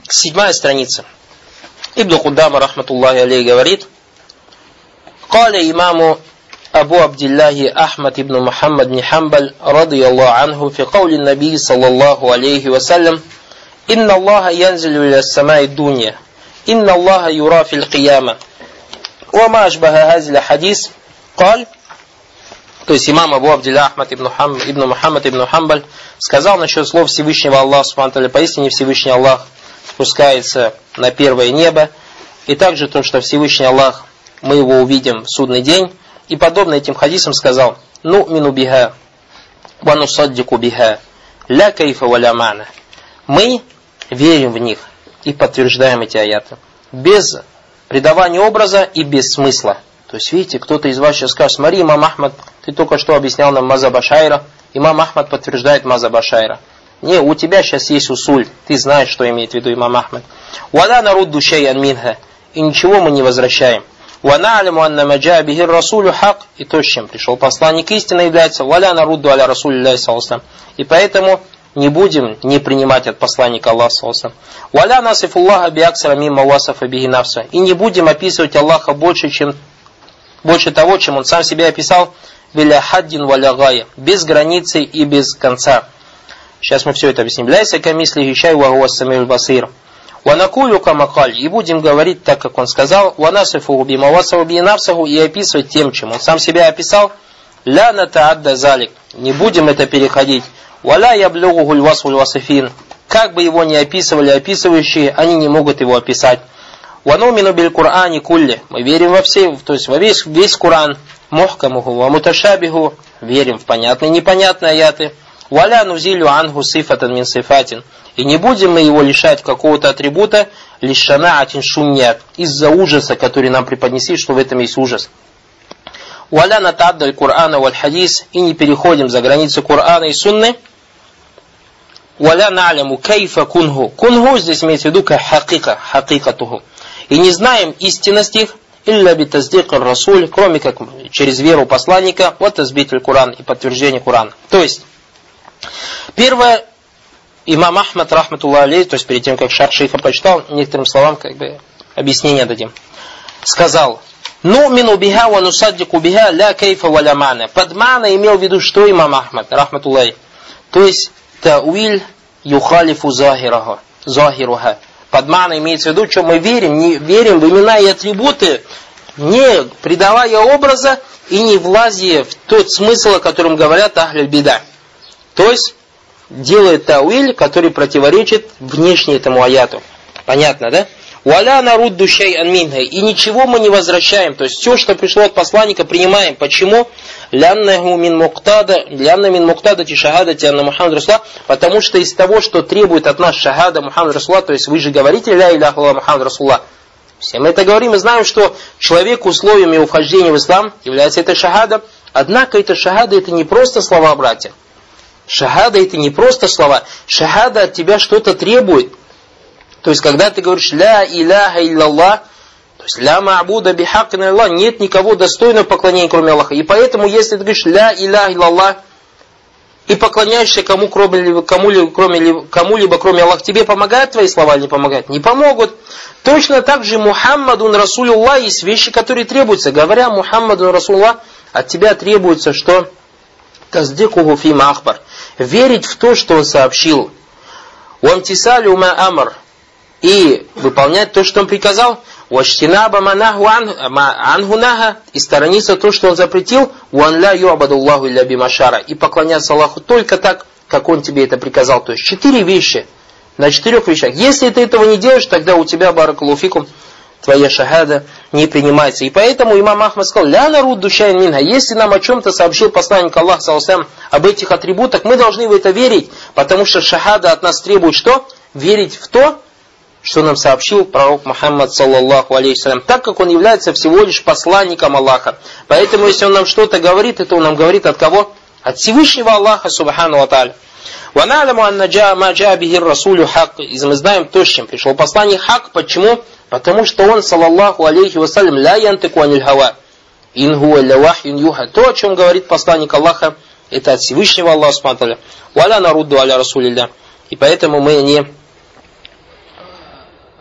7 страница. Ибн Кудама, рахматуллахи алейхи, говорит: «Каля имаму Абу Абдиллахи Ахмад ибн Мухаммад бн Хамбаль, радияллаху анху, фи каули наби, саллаллаху алейхи вассалям, инна Аллаха янзилю иля самаи дунья, инна Аллаха юра фил кияма, ва ма ашбаха хазиля хадис, каль». То есть имам Абу Абдилля Ахмад ибн Мухаммад ибн Хамбаль сказал насчет слов Всевышнего Аллаха, субхану ва тааля, поистине Всевышний Аллах спускается на первое небо, и также то, что Всевышний Аллах, мы его увидим в судный день, и подобно этим хадисам сказал: «Ну мину биха, ва нусаддику биха, ля кайфа ва ля мана». Мы верим в них и подтверждаем эти аяты, без придавания образа и без смысла. То есть, видите, кто-то из вас сейчас скажет: смотри, имам Ахмад, ты только что объяснял нам мазхаб Ашайра, имам Ахмад подтверждает мазхаб Ашайра. Не, у тебя сейчас есть усуль, ты знаешь, что имеет в виду имам Ахмад. «Валя нарудду шай'ан минха», и ничего мы не возвращаем. «Ва на'ляму анна ма джаа бихи расулю хак», и то, с чем пришел посланник истины, является «Валя нарудду аля расулиллахи саллаллаху алейхи ва саллям». И поэтому не будем не принимать от посланника Аллаха саллаллаху алейхи ва саллям. «Валя насифуллаха биаксара мимма васафа бихи нафса», и не будем описывать Аллаха больше того, чем он сам себя описал, «Виля хаддин валя гая», без границы и без конца. Сейчас мы все это объясним. «Ляйса камисли хищай ва хуа самиуль басир». «Ванакулю камакаль», и будем говорить так, как он сказал, «Ванасифу бима васаву би нафсаху», и описывать тем, чем он сам себя описал, «Ля натаадда залик», не будем это переходить, «Валя яблюгухуль васвуль васифин», как бы его ни описывали описывающие, они не могут его описать. «Ванумину биль Кур'ани кулли», мы верим во все, то есть во весь Кур'ан, «Мухкамуху ва муташабиху», верим в понятные и непонятные аяты, «Валя нузилю ангу сифатан мин сифатин», и не будем мы его лишать какого-то атрибута, лишанаатин шуньят, из-за ужаса, который нам преподнесли, что в этом есть ужас. «Валя натаддаль Кур'ана валь хадис», и не переходим за границы Кур'ана и сунны. «Валя на'ляму кайфа кунху», кунху здесь имеется в виду как хакика, хакикатуху, и не знаем истинность их, илля битаздик расуль, кроме как через веру посланника, вот тазбитель Кур'ан и подтверждение Кур'ана. То есть, первое, имам Ахмад, рахматуллахи алейхи, то есть перед тем, как шарх шейха прочитал, некоторым словам объяснение дадим, сказал: «Ну мину биха ва нусаддику биха ля кайфа ва ля мана». Под мана имел в виду, что имам Ахмад, рахматуллахи, то есть тауиль юхалифу захируха. Под мана имеется в виду, что мы верим, не верим в имена и атрибуты, не придавая образа и не влазя в тот смысл, о котором говорят ахль бида. То есть делает тауиль, который противоречит внешне этому аяту. Понятно, да? «Валя нарудду шай'ан минха», и ничего мы не возвращаем. То есть все, что пришло от посланника, принимаем. Почему? «Лянна мин муктадати шахадати анна Мухаммад Расулуллах», потому что из того, что требует от нас шахада Мухаммад Расулуллах, то есть вы же говорите «Ля иляха илlallah Мухаммад Расулуллах». Все мы это говорим и знаем, что человек условиями вхождения в ислам является это шахада. Однако это шахада, это не просто слова, братья. Шахада это не просто слова. Шахада от тебя что-то требует. То есть, когда ты говоришь «Ля иляха илlallah», то есть «Ля ма'буда бихаккин илlallah», нет никого достойного поклонения, кроме Аллаха. И поэтому, если ты говоришь «Ля иляха илlallah» и поклоняешься кому-либо, кроме Аллаха, тебе помогают твои слова или не помогают? Не помогут. Точно так же Мухаммадун Расулуллах, есть вещи, которые требуются. Говоря Мухаммадун Расулуллах, от тебя требуется, что таздикуху фима ахбар, верить в то, что он сообщил. Уамтисалю ма амр, и выполнять то, что он приказал. Уаштинаба манаху анхунаха, и сторониться то, что он запретил. Уан ля юабадуллаху илля бимашара, и поклоняться Аллаху только так, как он тебе это приказал. То есть 4 вещи, на 4 вещах. Если ты этого не делаешь, тогда у тебя, баракаллаху фикум, твоя шахада не принимается. И поэтому имам Ахмад сказал: «Ля нарудду шай'ан минха», если нам о чем-то сообщил посланник Аллаха, саллаллаху алейхи ва саллям, об этих атрибутах, мы должны в это верить, потому что шахада от нас требует что? Верить в то, что нам сообщил пророк Мухаммад, саллаллаху алейхи ва саллям, так как он является всего лишь посланником Аллаха. Поэтому, если он нам что-то говорит, это он нам говорит от кого? От Всевышнего Аллаха, субхану ва тааля. «Ва'наляму анна ма джаа бихи расулю хак», и мы знаем то, с чем пришел посланник хак. Почему? Потому что он, саллаллаху алейхи ва саллям, ля янтику аниль хава, ин хуа илля вахьюн юха. То, о чем говорит посланник Аллаха, это от Всевышнего Аллаха, субхану ва тааля. «Валя нарудду аля расулилля». И поэтому мы не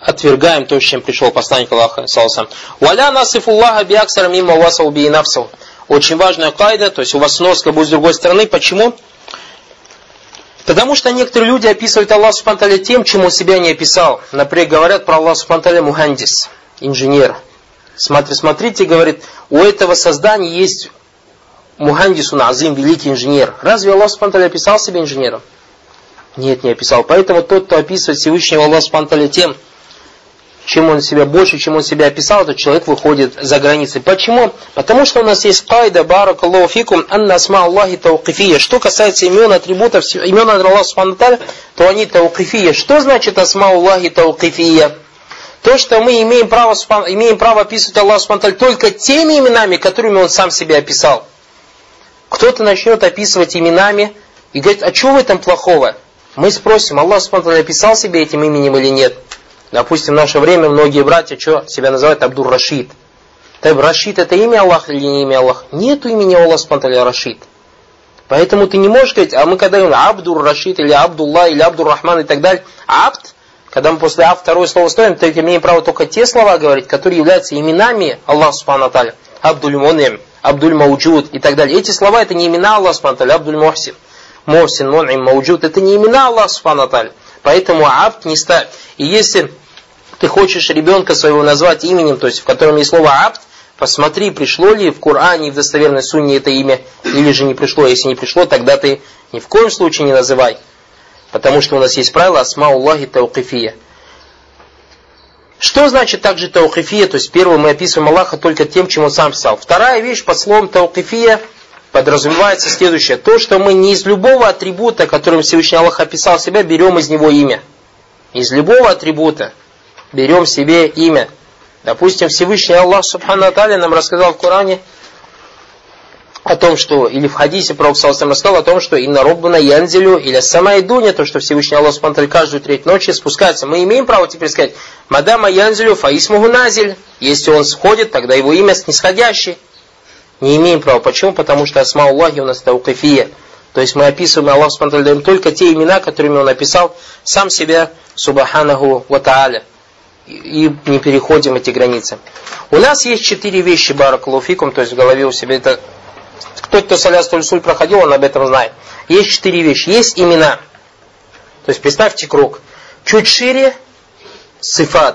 отвергаем то, с чем пришел посланник Аллаха, саллаллаху. «Валя насифуллаха биаксара мимма васау би нафсау». Очень важная кайда, то есть у вас сноска будет с другой стороны. Почему? Потому что некоторые люди описывают Аллаха субхану ва тааля тем, чему себя не описал. Например, говорят про Аллаха субхану ва тааля мухандис, инженер. Смотрите, говорит, у этого создания есть мухандисун азим, великий инженер. Разве Аллах субхану ва тааля описал себя инженером? Нет, не описал. Поэтому тот, кто описывает Всевышнего Аллаха субхану ва тааля тем, чем он себя больше, чем он себя описал, этот человек выходит за границы. Почему? Потому что у нас есть кайда, баракаллаху фикум, анна асма Аллахи тауқифия. Что касается имен, атрибутов, имен Аллаха субхану ва тааля, то они тауқифия. Что значит асма Аллахи тауқифия? То, что мы имеем право описывать Аллаха субхану ва тааля только теми именами, которыми он сам себя описал. Кто-то начнет описывать именами и говорит, а что в этом плохого? Мы спросим, Аллах субхану ва тааля описал себя этим именем или нет? Допустим, в наше время многие братья что себя называют Абдур-Рашид. Так, Рашид это имя Аллаха или не имя Аллаха? Нету имени Аллаха субхану ва тааля Рашид. Поэтому ты не можешь говорить, а мы когда говорим Абдур-Рашид или Абдулла или Абдур-Рахман и так далее, Абд, когда мы после Абд второе слово ставим, то имеем право только те слова говорить, которые являются именами Аллаха субхану ва тааля. Абдуль-Муним, Абдуль-Мауджуд и так далее. Эти слова это не имена Аллаха субхану ва тааля. Абдуль-Мухсин, Мухсин, Муним, Мауджуд, это не имена Аллаха субхану ва тааля. Поэтому Абд не ставь. И если ты хочешь ребенка своего назвать именем, то есть в котором есть слово «абд», посмотри, пришло ли в Коране и в достоверной сунне это имя, или же не пришло. Если не пришло, тогда ты ни в коем случае не называй. Потому что у нас есть правило «асма Аллахи тауқифия». Что значит также тауқифия? То есть первое, мы описываем Аллаха только тем, чем он сам писал. Вторая вещь под словом тауқифия подразумевается следующее. То, что мы не из любого атрибута, которым Всевышний Аллах описал себя, берем из него имя. Из любого атрибута берем себе имя. Допустим, Всевышний Аллах субхану ва тааля нам рассказал в Коране о том, что, или в хадисе Пророк саллаллаху алейхи ва саллям рассказал о том, что инна роббана янзилю или самай дуня, то, что Всевышний Аллах субхану ва тааля каждую треть ночи спускается. Мы имеем право теперь сказать, мадама янзилю фаисмуху назиль. Если он сходит, тогда его имя снисходящий. Не имеем права. Почему? Потому что асма Аллахи у нас тауқифия. То есть мы описываем Аллах субхану ва тааля, даем только те имена, которыми он описал сам себя субханаху ва тааля. И не переходим эти границы. У нас есть 4 вещи, баракаллаху фикум, то есть в голове у себя это... Кто Саляс Уль-Суль проходил, он об этом знает. Есть 4 вещи. Есть имена. То есть представьте круг. Чуть шире сифат.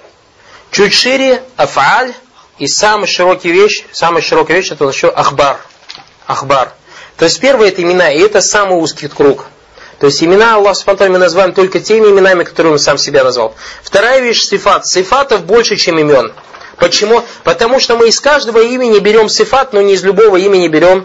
Чуть шире аф'аль. И самая широкая вещь это еще ахбар. Ахбар. То есть первое это имена, и это самый узкий круг. То есть имена Аллаха субхану ва тааля мы называем только теми именами, которые он сам себя назвал. Вторая вещь сифат. Сифатов больше, чем имен. Почему? Потому что мы из каждого имени берем сифат, но не из любого имени берем,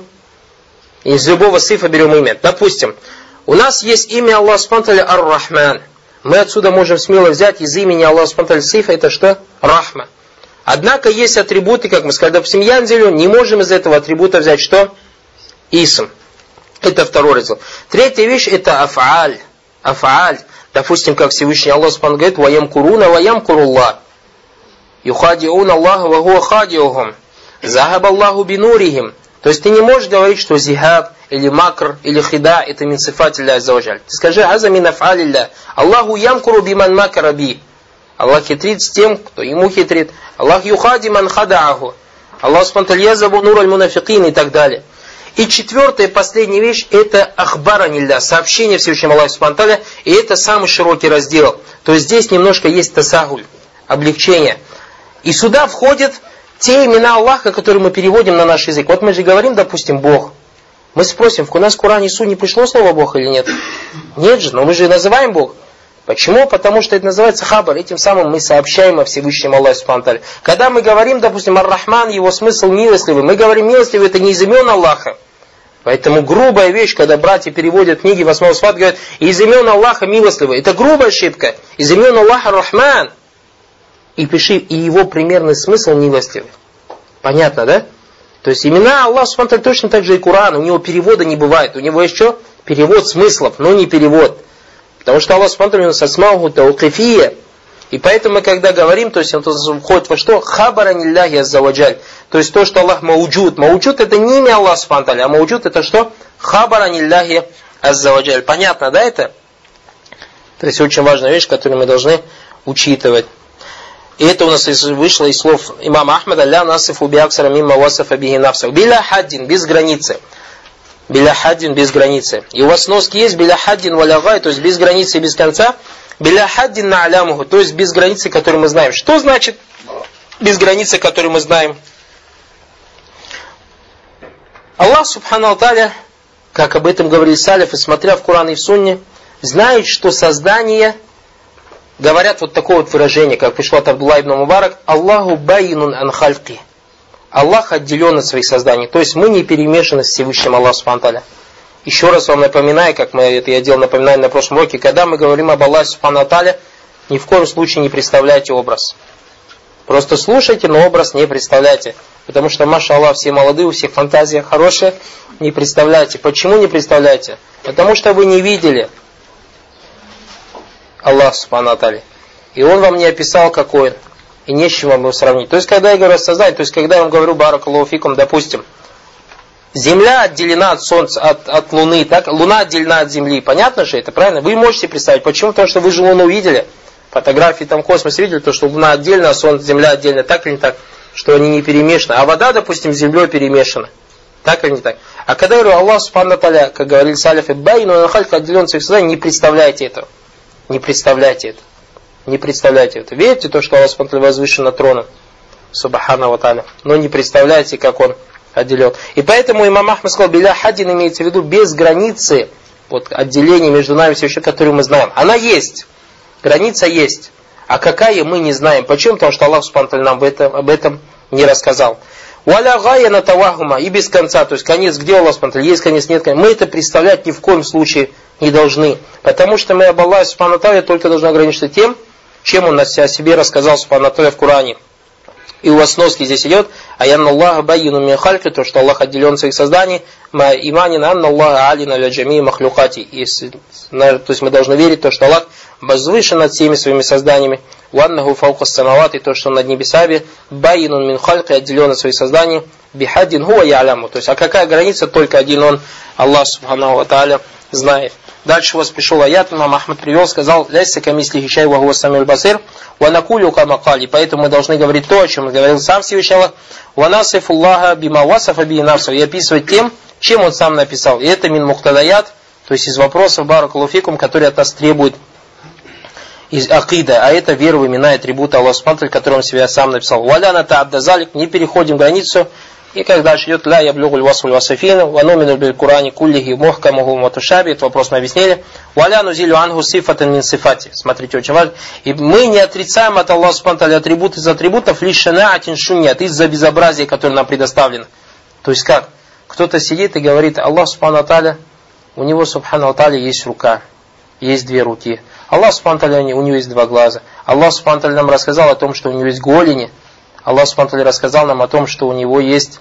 из любого сифа берем имя. Допустим, у нас есть имя Аллаха субхану ва тааля Ар-Рахман. Мы отсюда можем смело взять из имени Аллаха субхану ва тааля сифа, это что? Рахма. Однако есть атрибуты, как мы сказали, допустим, янзилю, не можем из этого атрибута взять что? Исм. Это второй раздел. Третья вещь это аф'аль. Аф'аль. Допустим, как Всевышний Аллах субхану говорит, ваям куруна, ваям куруллах. Юхадиуна Аллаха, ва хуа хадиухум. Захаб Аллаху бинурихим. То есть ты не можешь говорить, что зихаб, или макр, или хида, это мин сифат Аллах аззаваджаль. Ты скажи, аза мин аф'аль Аллах. Аллаху ямкуру биман макара би. Аллах хитрит с тем, кто ему хитрит. Аллах юхади ман хадааху. Аллах субхану язабу нур аль-мунафикин и так далее. И четвертая, последняя вещь, это ахбаранилля, сообщение Всевышнего Аллаха субхану ва тааля, и это самый широкий раздел. То есть здесь немножко есть тасагуль, облегчение. И сюда входят те имена Аллаха, которые мы переводим на наш язык. Вот мы же говорим, допустим, Бог. Мы спросим, у нас в Коране и Сунне пришло слово Бог или нет? Нет же, но мы же называем Бог. Почему? Потому что это называется хабар. Этим самым мы сообщаем о Всевышнем Аллахе субхану ва тааля. Когда мы говорим, допустим, Ар-Рахман, его смысл милостливый, мы говорим милостливый, это не из имен Аллаха. Поэтому грубая вещь, когда братья переводят книги в Асма ва Сифат, говорят, из имен Аллаха милостливый. Это грубая ошибка. Из имен Аллаха Рахман. И пиши, и его примерный смысл милостливый. Понятно, да? То есть имена Аллаха субхану ва тааля точно так же и Коран. У него перевода не бывает. У него есть что? Перевод смыслов, но не перевод. Потому что Аллах субхану ва тааля асмауху тауқифия. И поэтому мы когда говорим, то есть это входит во что? Хабаранилляхи аззаваджаль. То есть то, что Аллах мауджуд. Мауджуд это не имя Аллаха субхану ва тааля, а мауджуд это что? Хабаранилляхи аззаваджаль. Понятно, да это? То есть очень важная вещь, которую мы должны учитывать. И это у нас вышло из слов имама Ахмада: «Ля насифу биаксара мимма васафа биги нафсах». Биля хаддин, без границы. Биля хаддин, без границы. И у вас сноски есть: биля хаддин валягай, то есть без границы и без конца. Биля хаддин на алямуху, то есть без границы, которую мы знаем. Что значит без границы, которую мы знаем? Аллах субхану тааля, как об этом говорили салифы, смотря в Коран и в Сунне, знает, что создание, говорят вот такое вот выражение, как пришло от Абдулла ибн Мубарак: Аллаху байнун ан хальки. Аллах отделен от своих созданий. То есть мы не перемешаны с Всевышним Аллахом субхану тааля. Еще раз вам напоминаю, как я делал напоминание на прошлом уроке, когда мы говорим об Аллахе субхану тааля, ни в коем случае не представляйте образ. Просто слушайте, но образ не представляйте. Потому что, маша Аллах, все молодые, у всех фантазия хорошая, не представляйте. Почему не представляете? Потому что вы не видели Аллах субхану тааля. И Он вам не описал, какой Он. И не с чем вам его сравнить. То есть, когда я говорю о создании, то есть, когда я вам говорю, баракаллаху фикум, допустим, Земля отделена от Солнца, от Луны, так? Луна отделена от Земли. Понятно же это, правильно? Вы можете представить. Почему? Потому что вы же Луну видели. Фотографии там космос видели, то, что Луна отдельно, а Солнце, Земля отдельно. Так или не так? Что они не перемешаны. А вода, допустим, с Землей перемешана. Так или не так? А когда я говорю, Аллах субхану тааля, как говорили салифы, байну нахалька отделен от своих созданий, не представляйте этого. Не представляйте это. Не представляйте это. Верьте то, что Аллах субхану тааля возвышен над троном. Субхану ва тааля. Но не представляйте, как Он отделен. И поэтому имам Ахмад сказал: биля хаддин, имеется в виду без границы, вот отделение между нами, все еще, которую мы знаем. Она есть. Граница есть. А какая, мы не знаем. Почему? Потому что Аллах субхану тааля нам об этом не рассказал. Валя гая на тавахума, и без конца. То есть конец, где Аллах субхану тааля? Есть конец, нет конца. Мы это представлять ни в коем случае не должны. Потому что мы об Аллахе субхану тааля только должны ограничиться тем, чем Он о себе рассказал субхану тааля в Коране. И у вас сноски здесь идет: аянна Аллаха байюну мин хальки, то, что Аллах отделен от своих созданий, ма иманина анна Аллаха алина ля джамии махлюкати. То есть мы должны верить, то, что Аллах возвышен над всеми своими созданиями. Ваннаху фаука самавати, то, что он над небесами, байюнун мин хальки, отделен от своих созданий, бихаддин хуа я'ляму. То есть, а какая граница? Только один Он, Аллах субхану ва тааля, знает. Дальше у вас пришел аят, имам Ахмад привел, сказал: «Ляйся камислихи шай ва хуа самиуль басир, ва накулю кама кали». Поэтому мы должны говорить то, о чем говорил сам Всевышний Аллах: «Ва насифу Аллаха бима васафа би нафсу», и описывать тем, чем Он сам написал. И это мин мухтадаят, то есть из вопросов, баракаллаху фикум, которые от нас требуют из акида, а это вера в имена и атрибуты Аллаха субхану тааля, которые Он себя сам написал. «Валя на та'аддазалик», не переходим границу. И как дальше идет: ля яблюгуль васуль васафина, ванумину биль Курани куллихи мухкамуху матушаби. Это вопрос мы объяснили. Валя нузилю ангу сифатан мин сифати. Смотрите, очень важно. И мы не отрицаем от Аллаха субхану тааля атрибут из атрибутов лишь шанаатин шуньят, из-за безобразия, которое нам предоставлено. То есть как? Кто-то сидит и говорит: Аллах субхану тааля, у него субхану тааля есть рука, есть две руки. Аллах субхану тааля, у него есть два глаза. Аллах субхану тааля нам рассказал о том, что у него есть голени. Аллах субхану тааля рассказал нам о том, что у него есть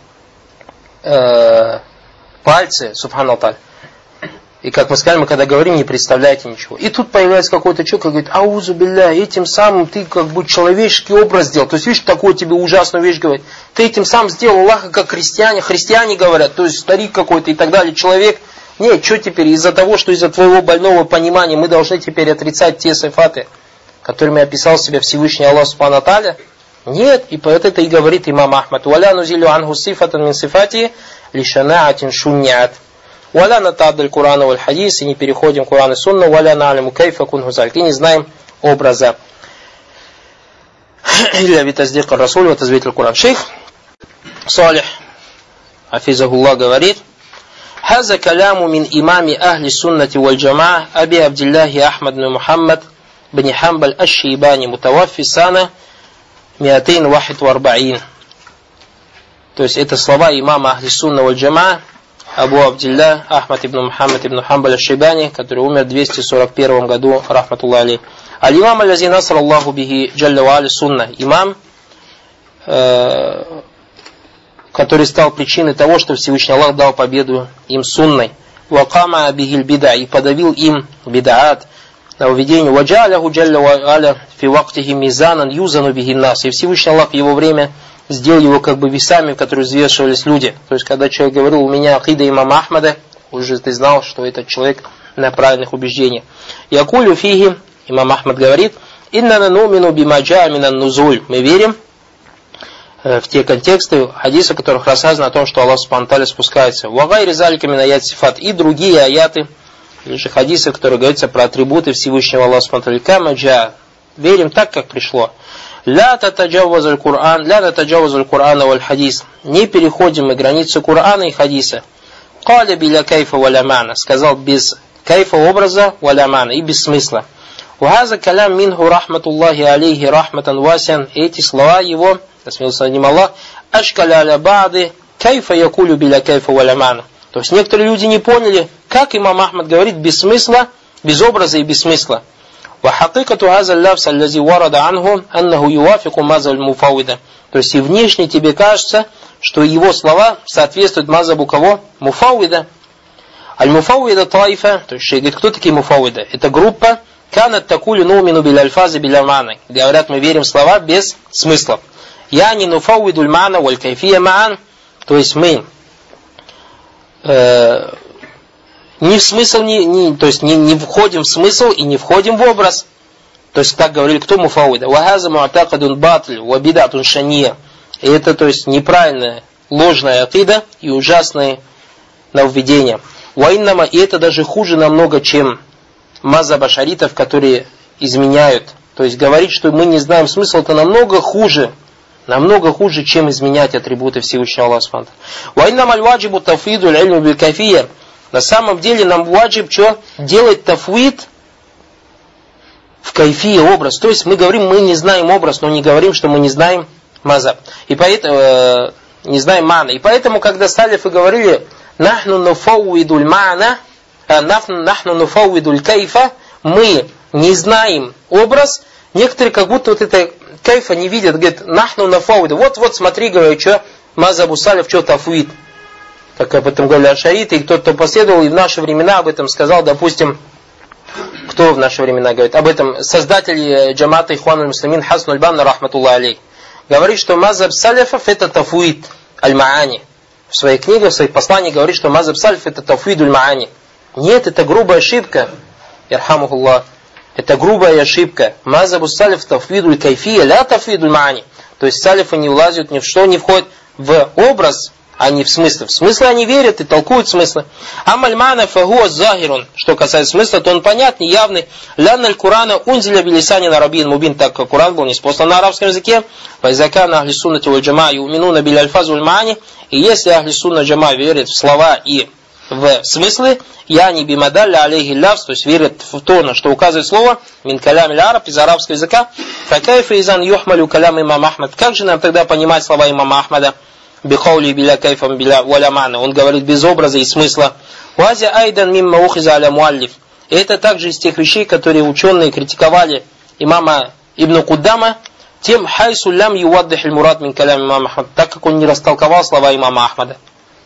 пальцы, субхану тааля. И как мы сказали, мы когда говорим, не представляете ничего. И тут появляется какой-то человек, который говорит: аузу билля, этим самым ты как бы человеческий образ сделал. То есть, видишь, такую тебе ужасную вещь говорит. Ты этим сам сделал Аллаха, как христиане говорят, то есть старик какой-то и так далее, человек. Нет, что теперь, из-за того, что из-за твоего больного понимания мы должны теперь отрицать те сифаты, которыми описал себя Всевышний Аллах субхану тааля? Нет, и по это и говорит имам Ахмад: «Валя нузилю ангу сифатан мин сифати лишанаатин шуньят». «Валя натадаль Курана валь хадис», и не переходим к Курану и Сунну. «Валя на'аляму кайфа кунху зальк», и не знаем образа. Илля витаздик ар-расуль ва тазвит аль-Куран. Шейх Салих хафизахуллах говорит: «Хаза каляму мин имами ахли суннати валь джамаа Аби Абдиллахи Ахмад бн Мухаммад бн Хамбаль аш-Шейбани мутаваффи сана 241». То есть это слова имама ахли сунна валь джамаа Абу Абдилля Ахмад ибн Мухаммад ибн Хамбаль аш-Шейбани, который умер в 241 году, рахматуллах алейх. Аль-имам аллази наср Аллаху бихи джалля ва али сунна. Имам, который стал причиной того, что Всевышний Аллах дал победу им сунной. Вакама бихиль бида, и подавил им бидаат, нововведение. Ваджаляху джалля ва аля фи вактихи мизанан юзану бихиль нас. И Всевышний Аллах в его время сделал его как бы весами, в которые взвешивались люди. То есть, когда человек говорил: у меня акида имама Ахмада, уже ты знал, что этот человек на правильных убеждениях. Якулю фиги, имам Ахмад говорит: «Иннана нумину бимаджа минан нузуль». Мы верим в те контексты, хадисы, в которых рассказано о том, что Аллах Субхану ва Тааля спускается. «Вагайри залика мин аят сифат». И другие аяты, или же хадисы, которые говорятся про атрибуты Всевышнего Аллаха Субхану ва Тааля. «Камаджа». Верим так, как пришло. «Ля татаджаввазуль Кур'ана валь хадис». Не переходим мы границы Кур'ана и хадиса. «Каля биля кайфа валя мана». Сказал без кайфа образа валя мана и без смысла. «Вахаза калям минху рахматуллахи алейхи рахматан васян». Эти слова его, насмелся над ним Аллах, «Ашкаля аля ба'ды кайфа якулю биля кайфа валя мана». То есть некоторые люди не поняли, как имам Ахмад говорит без смысла, без образа и без смысла. وحقيقة هذا اللفظ الذي ورد عنه أنه يوافق مذهب المفوضة. То есть и внешне тебе кажется, что его слова соответствуют мазхабу кого? Муфауида. Аль-муфауида таифа, то есть говорит, кто такие муфауида? Это группа канат такулю нумину биль альфази биль аманы. Говорят, мы верим в слова без смысла. Я не нуфауидуль мана валь кайфия маан. То есть мы не в смысл, то есть не входим в смысл и не входим в образ. То есть так говорили, кто муфауида. Вахаза муатакадун батль ва бидатун шания. И это, то есть, неправильная, ложная акида и ужасные нововведения. Ваиннама, и это даже хуже намного, чем мазхаб ашаритов, которые изменяют. То есть говорить, что мы не знаем смысл, это намного хуже, чем изменять атрибуты Всевышнего Аллаха Субхану ва Тааля. Ваиннама аль-ваджибу тафвиду аль-ильму биль-кайфия. На самом деле нам ваджиб что? Делать тафвид в кайфия образ. То есть мы говорим, мы не знаем образ, но не говорим, что мы не знаем мазхаб. И поэтому не знаем мана. И поэтому, когда салифы говорили нахну нуфауидуль мана, нахну нуфауидуль кайфа, мы не знаем образ, некоторые как будто вот это кайфа не видят, говорят, нахну нуфауиду. Вот смотри, говорю, что мазхабу салиф, что тафвид. Как об этом говорили ашариты, и кто-то последовал, и в наши времена об этом сказал, допустим, кто в наши времена говорит, об этом создатель джамата Ихван аль-Муслимин Хасан аль-Банна, рахматуллах алейх, говорит, что мазхаб салифов это тафвид аль-маани. В своей книге, в своих посланиях говорит, что мазхаб салиф это тафвид аль-маани. Нет, это грубая ошибка. Ярхамухуллах. Это грубая ошибка. Мазхабу салиф тафвид аль-кайфия, ля тафвид аль-маани. То есть салифы не влазят ни в что, не входят в образ, а не в смысле. В смысле они верят и толкуют смыслы. Амальмана фагуа захирун. Что касается смысла, то он понятный, явный. Лянна аль-Курана унзиля билисани нарабин мубин. Так как Куран был ниспослан на арабском языке. Файзака на ахли суннати валь джама юминуна биль альфаз валь маани. И если ахли сунна джама верят в слова и в смыслы, я не бимадалля алейхи лавс, то есть верят в то, на что указывает слово, мин калям иль араб, из арабского языка. Факайфа изан юхмалю калям имам Ахмад. Как же нам тогда понимать слова имама Ахмада? Бихаули биля кайфам биля валямана. Он говорит без образа и смысла. Вазя айдан мимма ухиза аля муаллиф. Это также из тех вещей, которые ученые критиковали имама Ибн Куддама, тем хайсу лям юваддих аль-мурад мин калям имама Ахмад, так как он не растолковал слова имама Ахмада.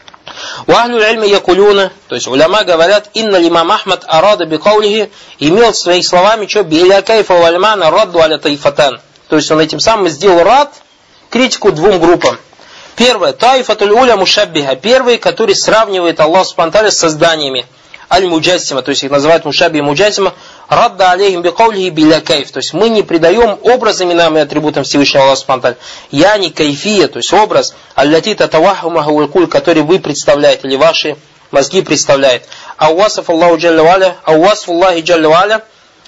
Вахлю аль-ильми якулюна, то есть уляма говорят, инна имам Ахмад арада бикаулихи, имел своими словами, что биля кайфа валямана радду аля тайфатан. То есть он этим самым сделал рад, критику двум группам. Первое, таифатуль уля мушаббиха, первый, который сравнивает Аллах Субхану ва Тааля с созданиями, аль-муджассима, то есть их называют мушабби и муджассима, радда алейхим бикаулихи биля кайф, то есть мы не придаем образ именам и атрибутам Всевышнего Аллаха Субхану ва Тааля, я не кайфия, то есть образ, аллати татавахумаху валькуль, который вы представляете, или ваши мозги представляют. Ауасаф Аллаху джалля валя, ауасаф Аллахи джалля валя,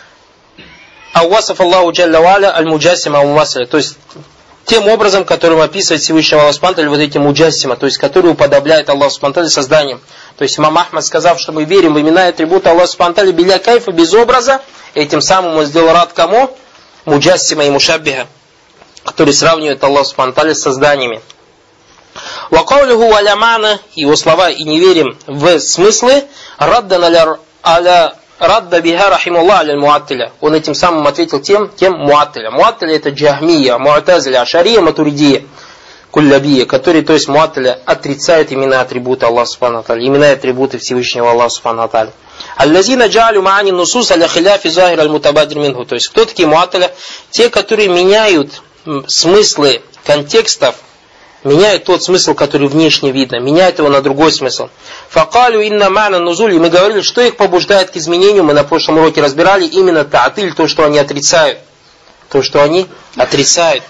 ауасаф Аллаху джалля валя аль-муджассима ау-мумассиля, то есть тем образом, которым описывает Всевышнего Аллаха Субхану ва Тааля, вот этим муджассима, то есть который уподобляет Аллаху Субхану ва Тааля созданием. То есть имам Ахмад, сказав, что мы верим в имена и атрибуты Аллаха Субхану ва Тааля биля кайфа, без образа, этим самым он сделал рад кому? Муджассима и мушаббиха, который сравнивает Аллаха Субхану ва Тааля с созданиями. Ва каулюху валя мана, его слова и не верим в смыслы, раддан аля радда биха рахимуллах аля муаттиля. Он этим самым ответил тем муаттиля. Муаттиля это джахмия, муатазиля, ашария, матуридия, куллябия, которые, то есть муаттиля, отрицают имена атрибуты Аллаха Субхану ва Тааля, имена и атрибуты Всевышнего Аллаха Субхану ва Тааля. Аллазина джалю маани нусус аля хиляфи захир аль мутабадир минху. То есть кто такие муаттиля? Те, которые меняют смыслы контекстов, меняют тот смысл, который внешне видно, меняют его на другой смысл. Факалю инна мана нузуль, и мы говорили, что их побуждает к изменению, мы на прошлом уроке разбирали именно та'атиль, то, что они отрицают. то, что они отрицают.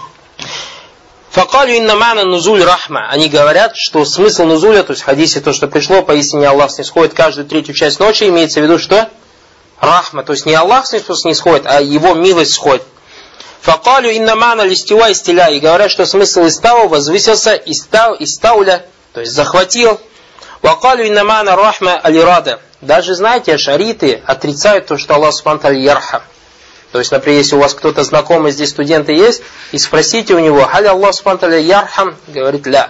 Факалю инна мана нузуль рахма. Они говорят, что смысл нузуля, то есть в хадисе то, что пришло, поистине Аллах снисходит каждую третью часть ночи, имеется в виду, что? Рахма. То есть не Аллах снисходит, а его милость сходит. Факалю инна мана листива истиля. И говорят, что смысл истава возвысился, истауля, то есть захватил. Вакалю инна мана рахма алирада. Даже, знаете, ашариты отрицают то, что Аллах субхану ва тааля ярхам. То есть, например, если у вас кто-то знакомый здесь, студенты есть, и спросите у него, халя Аллах субхану ва тааля ярхам, говорит ля.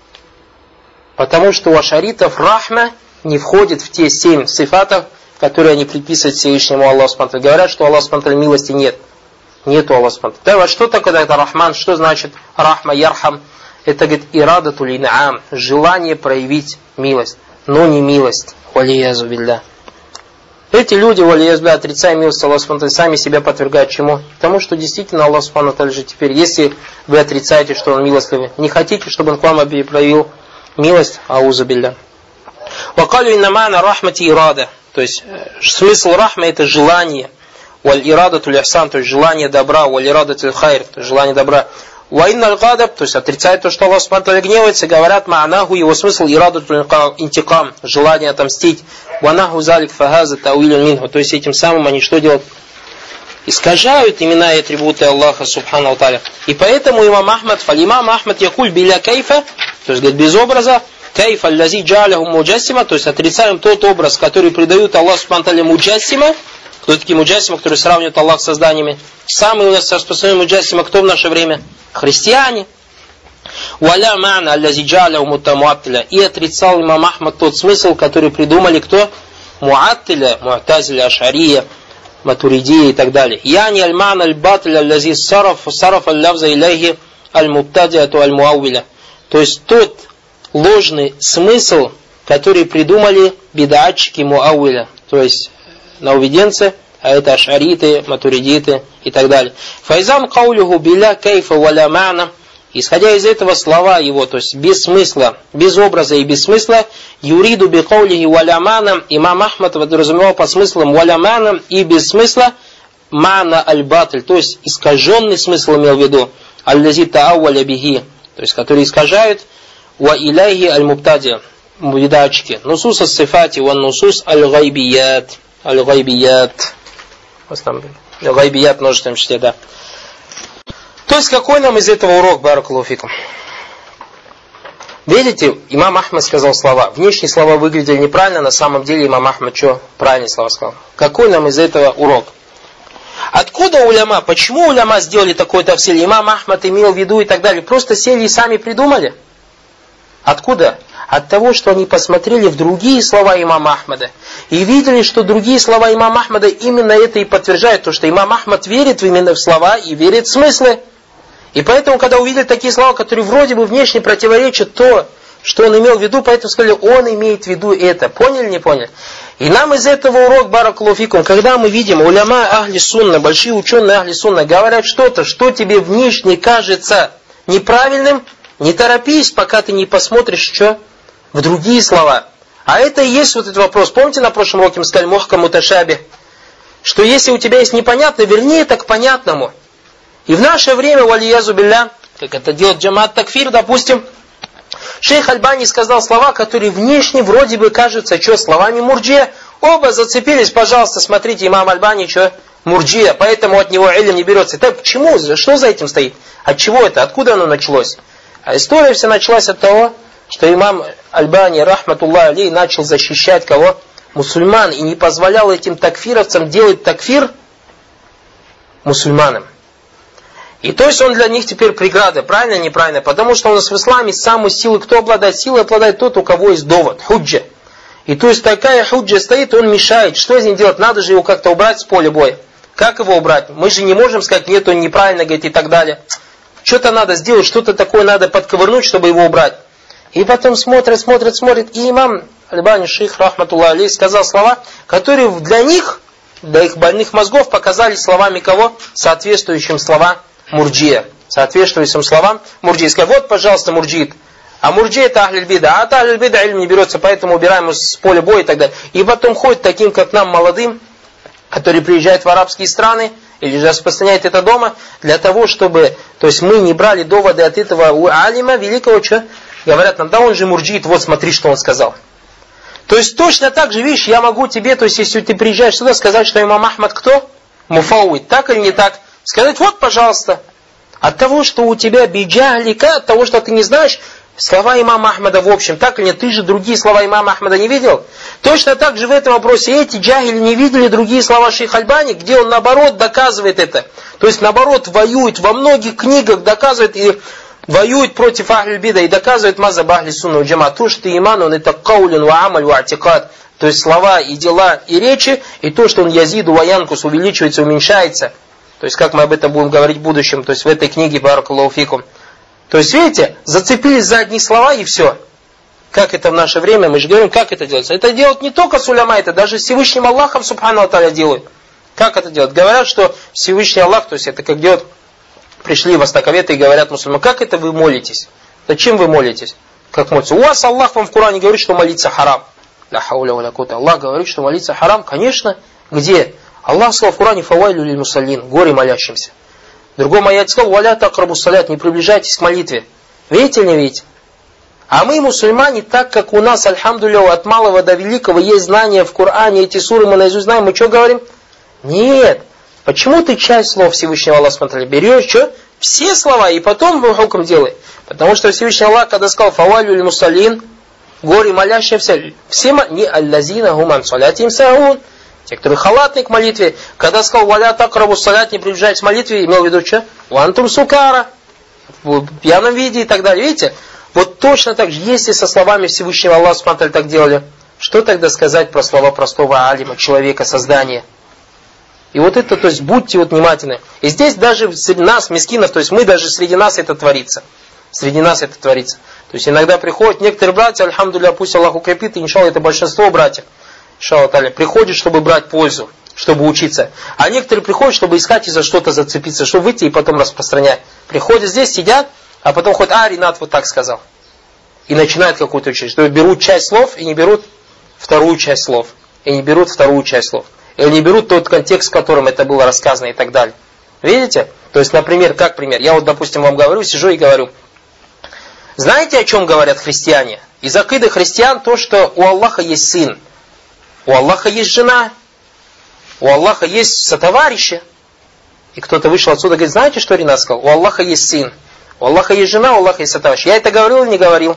Потому что у ашаритов рахма не входит в те 7 сифатов, которые они приписывают Всевышнему Аллаху субхану ва тааля. Говорят, что у Аллаха субхану ва тааля милости нет. Нету Аллаха субхану ва тааля. Да, что такое это рахман? Что значит рахма, ярхам? Это, говорит, ирадату лин'ам, желание проявить милость, но не милость. Валиязу билля. Эти люди, валиязбля, отрицая милость Аллаха субхану ва тааля, сами себя подвергают чему? Потому что действительно Аллах субхану ва тааля же теперь, если вы отрицаете, что Он милостливый, не хотите, чтобы Он к вам проявил милость, аузу билля. Вакалю иннамана рахмати ирада. То есть смысл рахма это желание. Валь ирада туль ихсан, то есть желание добра. Валь ирада туль хайр, то есть желание добра. Ваинналь гадаб, то есть отрицает то, что Аллах субхану ва тааля гневается, говорят ма'анаху, его смысл ирада туль интикам, желание отомстить. Ванаху залик фагаза тауилюн минху. То есть этим самым они что делают? Искажают имена и атрибуты Аллаха субхану ва тааля. И поэтому имам Ахмад, фалимам Ахмад якуль биля кайфа, то есть говорит без образа, кайфа аллази джа'аляху муджассима, то есть отрицаем тот образ, который придают Аллаху субхану ва тааля муджассима. Кто такие муджассима, которые сравнивают Аллах с созданиями? Самые у нас распространенные муджассима кто в наше время? Христиане. Валя мана аллази джа'аляху мутамуаттиля. И отрицал имам Ахмад тот смысл, который придумали кто? Муаттиля, му'тазиля, ашария, матуридия и так далее. Яни аль-ман аль-батиль аллази сараф аль-лавза иляхи аль-муптадиату аль-муаввиля. То есть тот ложный смысл, который придумали бид'атчики муаввиля. То есть нововведенцы, а это ашариты, матуридиты и так далее. Файзам каулюху биля кайфа валя ма'на. Исходя из этого слова его, то есть без смысла, без образа и без смысла, юриду би каулихи валя ма'на, имам Ахмад подразумевал под смыслом валя ма'на и без смысла ма'на аль-батль, то есть искаженный смысл имел в виду, аллази та'авваля бихи, то есть который искажают, ва иляхи аль-муптади, бид'атчики, нусус ас-сифати ва нусус аль-гайбият. Аль-гайбият. Аль-гайбият множественном числе, да. То есть, какой нам из этого урок, баракаллаху фикум? Видите, имам Ахмад сказал слова. Внешние слова выглядели неправильно, на самом деле имам Ахмад что? Правильные слова сказал. Какой нам из этого урок? Откуда уляма? Почему уляма сделали такой тафсиль? Имам Ахмад имел в виду и так далее. Просто сели и сами придумали? Откуда? От того, что они посмотрели в другие слова имама Ахмада и видели, что другие слова имама Ахмада именно это и подтверждают, то, что имам Ахмад верит именно в слова и верит в смыслы. И поэтому, когда увидели такие слова, которые вроде бы внешне противоречат то, что он имел в виду, поэтому сказали, он имеет в виду это. Поняли, не поняли? И нам из этого урок, баракаллаху фикум, когда мы видим уляма ахли сунна, большие ученые ахли сунна, говорят что-то, что тебе внешне кажется неправильным, не торопись, пока ты не посмотришь, что в другие слова. А это и есть вот этот вопрос. Помните, на прошлом уроке мы сказали мухкам муташабих, что если у тебя есть непонятно, верни это к понятному. И в наше время, валиязу билля, как это делает джамаат такфир, допустим, шейх Альбани сказал слова, которые внешне вроде бы кажутся, что, словами мурджия. Оба зацепились, пожалуйста, смотрите, имам Альбани, что, мурджия, поэтому от него илм не берется. Так почему? Что за этим стоит? От чего это? Откуда оно началось? А история вся началась от того, что имам Альбани, рахматуллах алей, начал защищать кого? Мусульман, и не позволял этим такфировцам делать такфир мусульманам. И то есть он для них теперь преграда, правильно, неправильно? Потому что у нас в исламе самую силу, кто обладает силой, обладает тот, у кого есть довод, худжа. И то есть такая худжа стоит, он мешает. Что с ним делать? Надо же его как-то убрать с поля боя. Как его убрать? Мы же не можем сказать, нет, он неправильно говорит и так далее. Что-то надо сделать, что-то такое надо подковырнуть, чтобы его убрать. И потом смотрит. И имам Альбани шейх, рахматуллах алейх, сказал слова, которые для них, для их больных мозгов, показались словами кого? Соответствующим словам мурджия. Соответствующим словам мурджия. Сказал, вот, пожалуйста, мурджиит. А мурджия это ахль бида. А от ахль бида ильм не берется, поэтому убираем его с поля боя и так далее. И потом ходит таким, как нам, молодым, которые приезжают в арабские страны, или же распространяет это дома, для того, чтобы, то есть мы не брали доводы от этого у алима великого, что? Говорят нам, да он же мурджиит, вот смотри, что он сказал. То есть точно так же, видишь, я могу тебе, то есть если ты приезжаешь сюда, сказать, что имам Ахмад кто? Муфауид, так или не так? Сказать, вот, пожалуйста. От того, что у тебя биджахлика, от того, что ты не знаешь слова имама Ахмада в общем, так или нет, ты же другие слова имама Ахмада не видел? Точно так же в этом вопросе эти джахили не видели другие слова шейха Альбани, где он наоборот доказывает это. То есть наоборот воюет, во многих книгах доказывает и воюет против ахль бида и доказывает мазаб ахли сунна валь джама. То, что иман, он это каулин ва амаль ва атикад. То есть слова и дела и речи, и то, что он язиду ва янкус увеличивается, уменьшается. То есть как мы об этом будем говорить в будущем, то есть в этой книге баракаллаху фикум. То есть видите, зацепились за одни слова и все. Как это в наше время, мы же говорим, как это делается. Это делают не только с уляма, это даже Всевышним Аллахом субхану ва тааля делают. Как это делают? Говорят, что Всевышний Аллах, то есть это как делают, пришли востоковеты и говорят мусульманам, как это вы молитесь? Зачем вы молитесь? Как молитесь? У вас Аллах вам в Коране говорит, что молиться харам. Ла хауля ва ла куввата. Аллах говорит, что молиться харам, конечно. Где? Аллах сказал в Коране, фавайлю лиль мусаллин, горе молящимся. В другом аяте сказал, валя такрабу салят, не приближайтесь к молитве. Видите или не видите? А мы, мусульмане, так как у нас, альхамдулилля, от малого до великого есть знания в Коране, эти суры мы наизусть знаем, мы что говорим? Нет. Почему ты часть слов Всевышнего Аллаха смотрели? Берешь, что? Все слова, и потом хукм делай. Потому что Всевышний Аллах, когда сказал, фавайлю лиль мусаллин, горе молящимся, все не аллазина гуман салятим саун. Те, которые халатны к молитве, когда сказал валя такрабу салят, не приближайтесь к молитве, имел в виду что? Вантум сукара, в пьяном виде и так далее. Видите? Вот точно так же, если со словами Всевышнего Аллаха Субхану так делали, что тогда сказать про слова простого алима, человека, создания? И вот это, то есть будьте вот внимательны. И здесь даже среди нас, мискинов, то есть мы даже среди нас это творится. Среди нас это творится. То есть иногда приходят некоторые братья, альхамдулилля, пусть Аллах укрепит, и иншаллах это большинство братьев, приходят, чтобы брать пользу, чтобы учиться. А некоторые приходят, чтобы искать и за что-то зацепиться, чтобы выйти и потом распространять. Приходят здесь, сидят, а потом ходят, Ринат вот так сказал. И начинают какую-то учить. То есть берут часть слов и не берут вторую часть слов. И не берут вторую часть слов. Или не берут тот контекст, в котором это было рассказано и так далее. Видите? То есть, например, как пример. Я вот, допустим, вам говорю, сижу и говорю. Знаете, о чем говорят христиане? Из акиды христиан то, что у Аллаха есть сын. У Аллаха есть жена, у Аллаха есть сотоварищи. И кто-то вышел отсюда и говорит, знаете, что Ринат сказал? У Аллаха есть сын, у Аллаха есть жена, у Аллаха есть сотоварищи. Я это говорил или не говорил?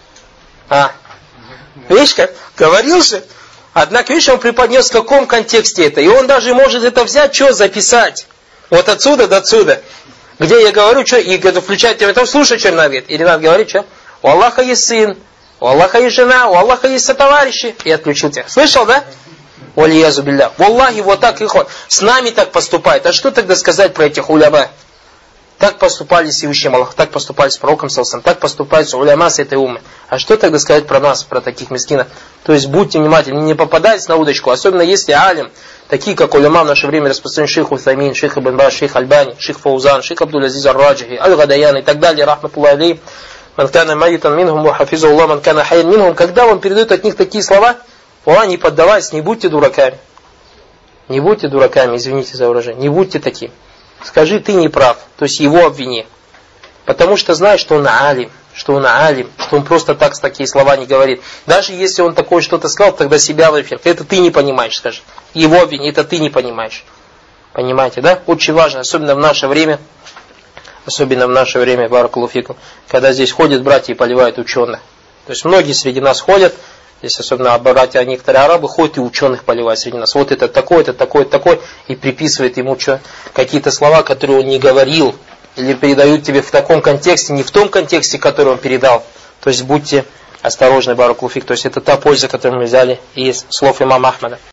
Видишь как? Говорил же. Однако, видишь, он преподнес в каком контексте это. И он даже может это взять, что записать. Вот отсюда до отсюда. Где я говорю, что, и включает тебя, там слушай, что Ринат говорит. И Ринат говорит, что? У Аллаха есть сын. У Аллаха есть жена, у Аллаха есть сотоварищи. И отключил тебя. Слышал, да? Валиязу билля. Валлахи, вот так и ход. С нами так поступает. А что тогда сказать про этих уляма? Так поступали с Всевышним Аллахом, так поступали с пророком Салсам, так поступают с уляма с этой уммы. А что тогда сказать про нас, про таких мискинов? То есть будьте внимательны, не попадайтесь на удочку. Особенно если алим, такие как уляма в наше время распространены шейх Утамин, шейх Ибн Баз, шейх Альбани, шейх Фаузан, шейх Абдул-Азиз Ар-Раджихи, Аль-Гадаян и так далее, рахматуллахи алейхим. Когда он передает от них такие слова, не поддавайтесь, не будьте дураками. Не будьте дураками, извините за выражение. Не будьте таким. Скажи, ты не прав, то есть его обвини. Потому что знаешь, что он алим, что он просто так такие слова не говорит. Даже если он такое что-то сказал, тогда себя в эфир. Это ты не понимаешь, скажи. Его обвини, это ты не понимаешь. Понимаете, да? Очень важно, особенно в наше время, баракаллаху фикум, когда здесь ходят братья и поливают ученых. То есть многие среди нас ходят, здесь особенно братья, некоторые арабы ходят и ученых поливают среди нас. Вот это такой, и приписывает ему какие-то слова, которые он не говорил, или передают тебе в таком контексте, не в том контексте, который он передал. То есть будьте осторожны, баракаллаху фик. То есть это та польза, которую мы взяли из слов имама Ахмада.